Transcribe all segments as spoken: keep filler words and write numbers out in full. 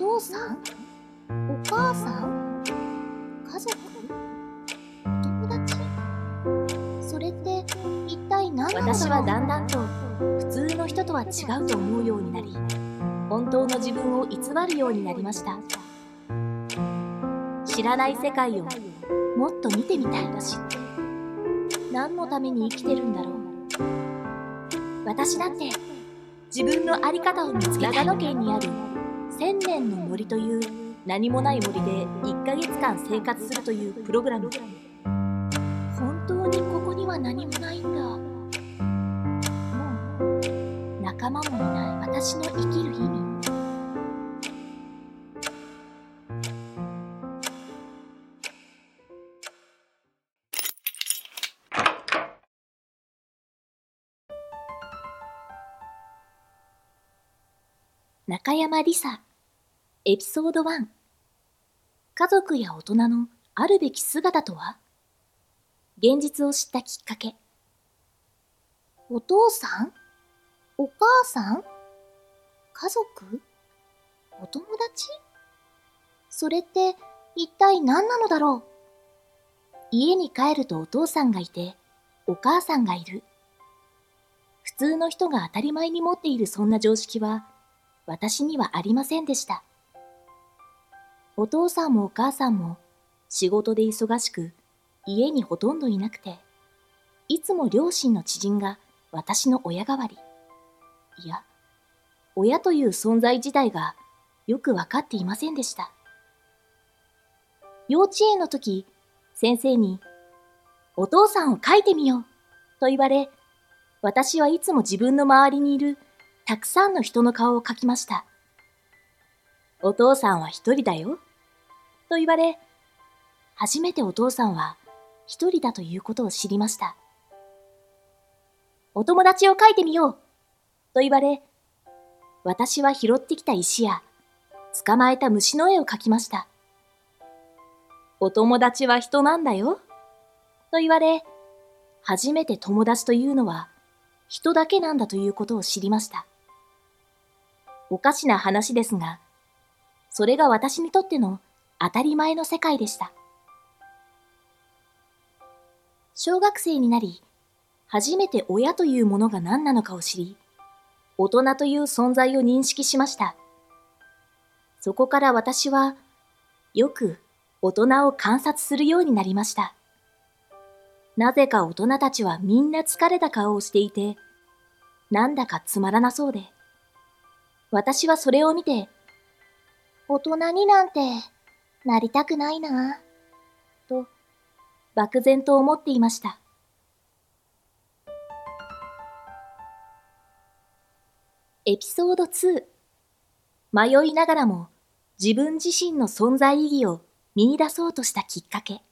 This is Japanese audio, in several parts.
父さん？お母さん？家族？お友達？それって一体何なのだろう。 私はだんだんと普通の人とは違うと思うようになり、本当の自分を偽るようになりました。知らない世界をもっと見てみたいと知って、何のために生きてるんだろう。私だって自分の在り方を見つけたい。長野県にある千年の森という何もない森でいっかげつかん生活するというプログラム。本当にここには何もないんだ。もう仲間もいない私の生きる意味。中山りさ、エピソードワン。家族や大人のあるべき姿とは？現実を知ったきっかけ。 お父さん？お母さん？家族？お友達？それって一体何なのだろう。家に帰るとお父さんがいて、お母さんがいる。普通の人が当たり前に持っているそんな常識は、私にはありませんでした。お父さんもお母さんも仕事で忙しく、家にほとんどいなくて、いつも両親の知人が私の親代わり。いや、親という存在自体がよくわかっていませんでした。幼稚園の時、先生に、お父さんを描いてみようと言われ、私はいつも自分の周りにいるたくさんの人の顔を描きました。お父さんは一人だよと言われ、初めてお父さんは一人だということを知りました。お友達を描いてみようと言われ、私は拾ってきた石や捕まえた虫の絵を描きました。お友達は人なんだよと言われ、初めて友達というのは人だけなんだということを知りました。おかしな話ですが、それが私にとっての当たり前の世界でした。小学生になり、初めて親というものが何なのかを知り、大人という存在を認識しました。そこから私は、よく大人を観察するようになりました。なぜか大人たちはみんな疲れた顔をしていて、なんだかつまらなそうで、私はそれを見て、 大人になんてなりたくないな、 と漠然と思っていました。エピソードツー。迷いながらも自分自身の存在意義を見出そうとしたきっかけ。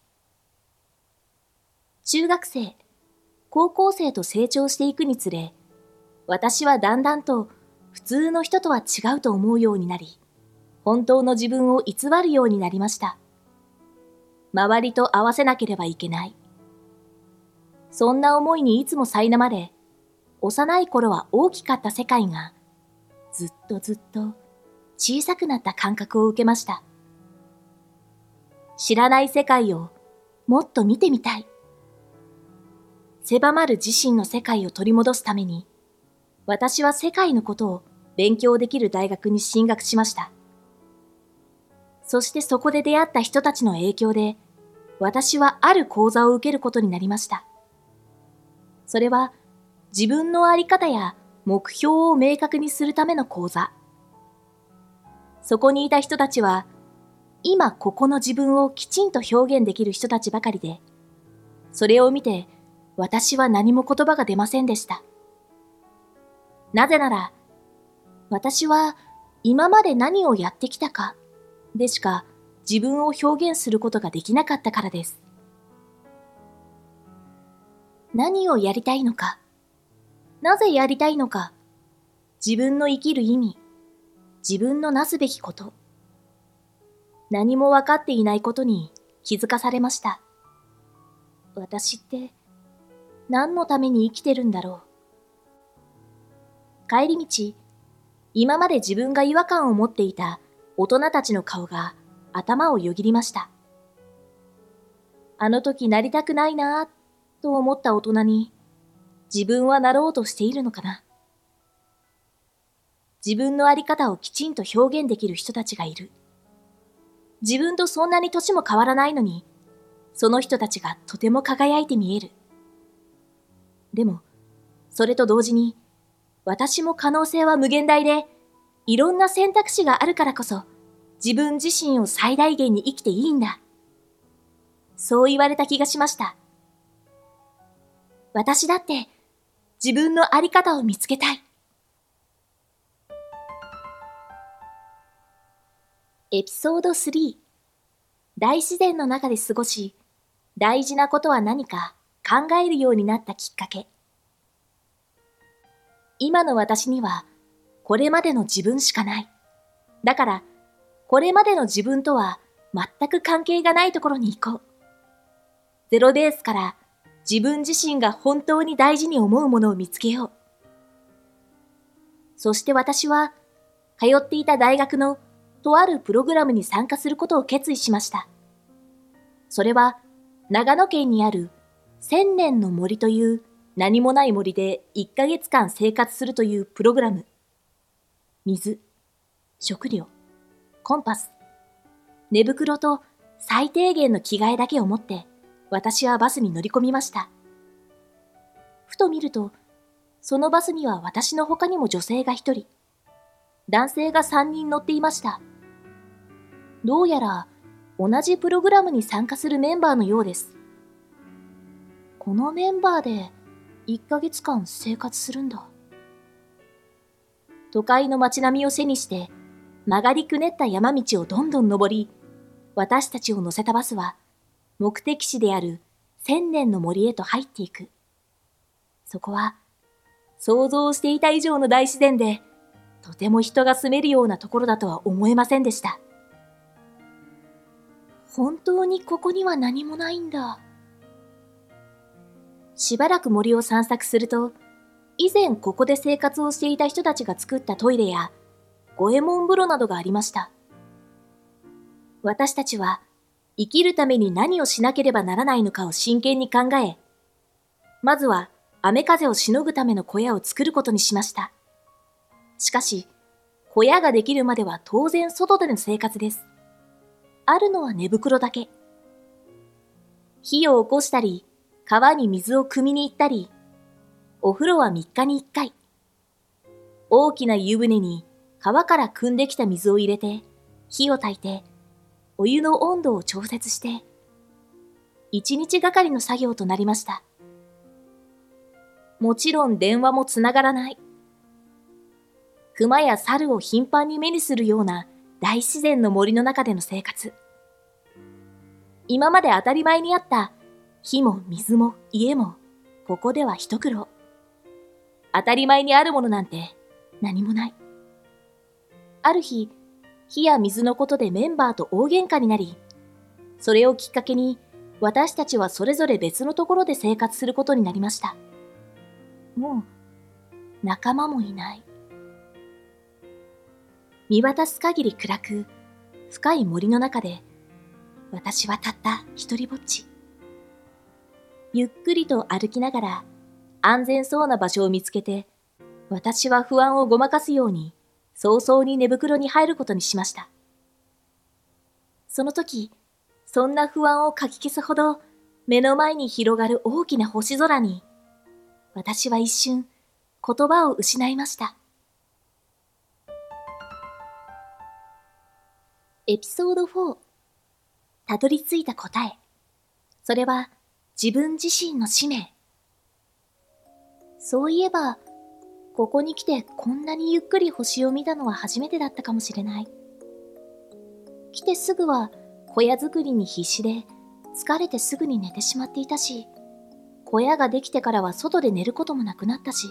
中学生、高校生と成長していくにつれ、私はだんだんと普通の人とは違うと思うようになり、本当の自分を偽るようになりました。周りと合わせなければいけない。そんな思いにいつも苛まれ、幼い頃は大きかった世界が、ずっとずっと小さくなった感覚を受けました。知らない世界をもっと見てみたい。狭まる自身の世界を取り戻すために、私は世界のことを勉強できる大学に進学しました。そしてそこで出会った人たちの影響で、私はある講座を受けることになりました。それは自分の在り方や目標を明確にするための講座。そこにいた人たちは、今ここの自分をきちんと表現できる人たちばかりで、それを見て私は何も言葉が出ませんでした。なぜなら、私は今まで何をやってきたかでしか自分を表現することができなかったからです。何をやりたいのか、なぜやりたいのか、自分の生きる意味、自分のなすべきこと、何も分かっていないことに気づかされました。私って何のために生きてるんだろう。帰り道、今まで自分が違和感を持っていた大人たちの顔が頭をよぎりました。あの時なりたくないなぁと思った大人に自分はなろうとしているのかな。自分のあり方をきちんと表現できる人たちがいる。自分とそんなに年も変わらないのに、その人たちがとても輝いて見える。でも、それと同時に、私も可能性は無限大で、いろんな選択肢があるからこそ、自分自身を最大限に生きていいんだ。そう言われた気がしました。私だって自分のあり方を見つけたい。エピソードスリー、大自然の中で過ごし、大事なことは何か考えるようになったきっかけ。今の私にはこれまでの自分しかない。だから、これまでの自分とは全く関係がないところに行こう。ゼロベースから自分自身が本当に大事に思うものを見つけよう。そして私は、通っていた大学のとあるプログラムに参加することを決意しました。それは、長野県にある千年の森という何もない森でいっかげつかん生活するというプログラム。水、食料、コンパス、寝袋と最低限の着替えだけを持って私はバスに乗り込みました。ふと見ると、そのバスには私の他にも女性が一人、男性が三人乗っていました。どうやら同じプログラムに参加するメンバーのようです。このメンバーでいっかげつかん生活するんだ。都会の街並みを背にして曲がりくねった山道をどんどん登り、私たちを乗せたバスは目的地である千年の森へと入っていく。そこは想像していた以上の大自然で、とても人が住めるようなところだとは思えませんでした。本当にここには何もないんだ。しばらく森を散策すると、以前ここで生活をしていた人たちが作ったトイレや五右衛門風呂などがありました。私たちは生きるために何をしなければならないのかを真剣に考え、まずは雨風をしのぐための小屋を作ることにしました。しかし、小屋ができるまでは当然外での生活です。あるのは寝袋だけ。火を起こしたり、川に水を汲みに行ったり、お風呂はみっかにいっかい。大きな湯船に川から汲んできた水を入れて、火を焚いて、お湯の温度を調節して、一日がかりの作業となりました。もちろん電話もつながらない。熊や猿を頻繁に目にするような大自然の森の中での生活。今まで当たり前にあった火も水も家もここでは一苦労。当たり前にあるものなんて何もない。ある日、火や水のことでメンバーと大喧嘩になり、それをきっかけに私たちはそれぞれ別のところで生活することになりました。もう仲間もいない。見渡す限り暗く深い森の中で私はたった一人ぼっち。ゆっくりと歩きながら安全そうな場所を見つけて、私は不安をごまかすように早々に寝袋に入ることにしました。その時、そんな不安をかき消すほど目の前に広がる大きな星空に、私は一瞬言葉を失いました。エピソードフォー、たどり着いた答え。それは自分自身の使命。そういえば、ここに来てこんなにゆっくり星を見たのは初めてだったかもしれない。来てすぐは小屋作りに必死で、疲れてすぐに寝てしまっていたし、小屋ができてからは外で寝ることもなくなったし、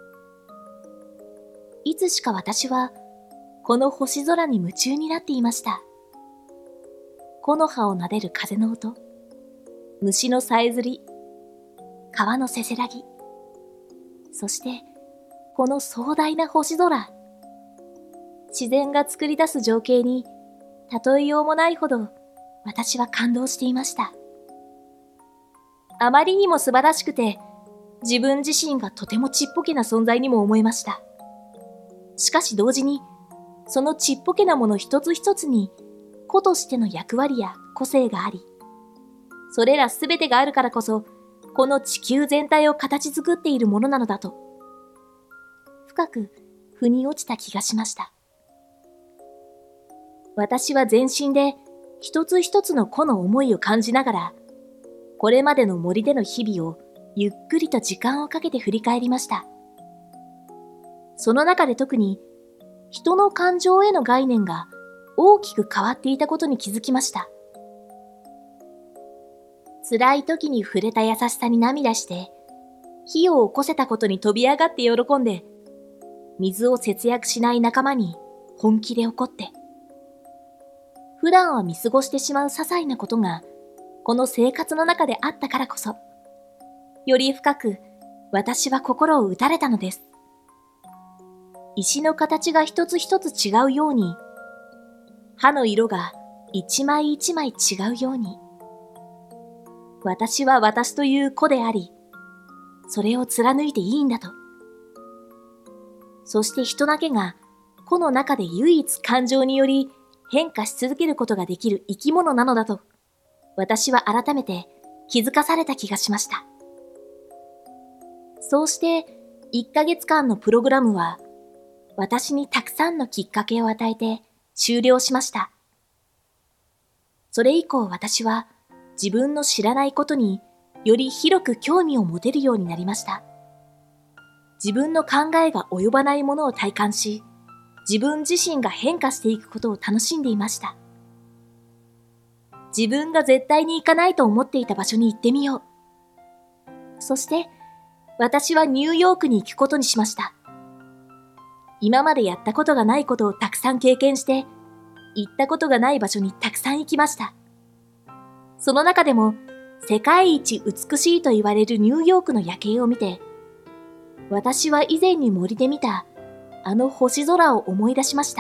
いつしか私はこの星空に夢中になっていました。木の葉を撫でる風の音、虫のさえずり、川のせせらぎ、そしてこの壮大な星空。自然が作り出す情景に例えようもないほど私は感動していました。あまりにも素晴らしくて、自分自身がとてもちっぽけな存在にも思えました。しかし同時に、そのちっぽけなもの一つ一つに個としての役割や個性があり、それらすべてがあるからこそ、この地球全体を形作っているものなのだと、深く腑に落ちた気がしました。私は全身で一つ一つの個の思いを感じながら、これまでの森での日々をゆっくりと時間をかけて振り返りました。その中で特に、人の感情への概念が大きく変わっていたことに気づきました。辛い時に触れた優しさに涙して、火を起こせたことに飛び上がって喜んで、水を節約しない仲間に本気で怒って、普段は見過ごしてしまう些細なことが、この生活の中であったからこそ、より深く私は心を打たれたのです。石の形が一つ一つ違うように、歯の色が一枚一枚違うように、私は私という個であり、それを貫いていいんだと。そして人だけが個の中で唯一感情により変化し続けることができる生き物なのだと、私は改めて気づかされた気がしました。そうしていっかげつかんのプログラムは、私にたくさんのきっかけを与えて終了しました。それ以降私は自分の知らないことにより広く興味を持てるようになりました。自分の考えが及ばないものを体感し、自分自身が変化していくことを楽しんでいました。自分が絶対に行かないと思っていた場所に行ってみよう。そして、私はニューヨークに行くことにしました。今までやったことがないことをたくさん経験して、行ったことがない場所にたくさん行きました。その中でも、世界一美しいと言われるニューヨークの夜景を見て、私は以前に森で見たあの星空を思い出しました。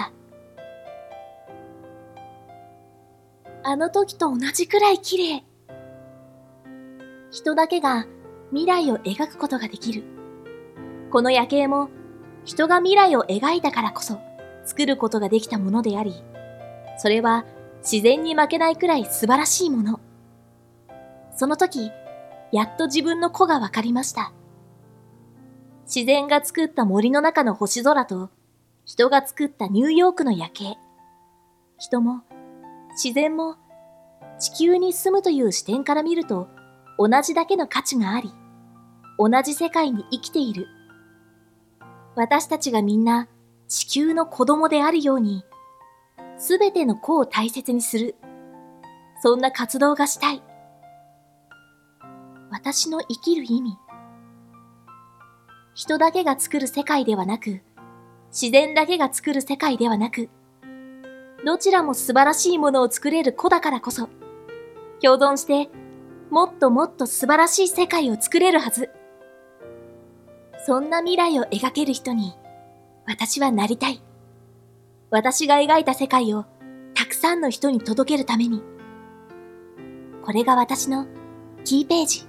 あの時と同じくらい綺麗。人だけが未来を描くことができる。この夜景も人が未来を描いたからこそ作ることができたものであり、それは自然に負けないくらい素晴らしいもの。その時、やっと自分の個がわかりました。自然が作った森の中の星空と、人が作ったニューヨークの夜景。人も、自然も、地球に住むという視点から見ると、同じだけの価値があり、同じ世界に生きている。私たちがみんな地球の子供であるように、すべての個を大切にする。そんな活動がしたい。私の生きる意味。人だけが作る世界ではなく、自然だけが作る世界ではなく、どちらも素晴らしいものを作れる子だからこそ、共存して、もっともっと素晴らしい世界を作れるはず。そんな未来を描ける人に、私はなりたい。私が描いた世界をたくさんの人に届けるために。これが私のキーページ。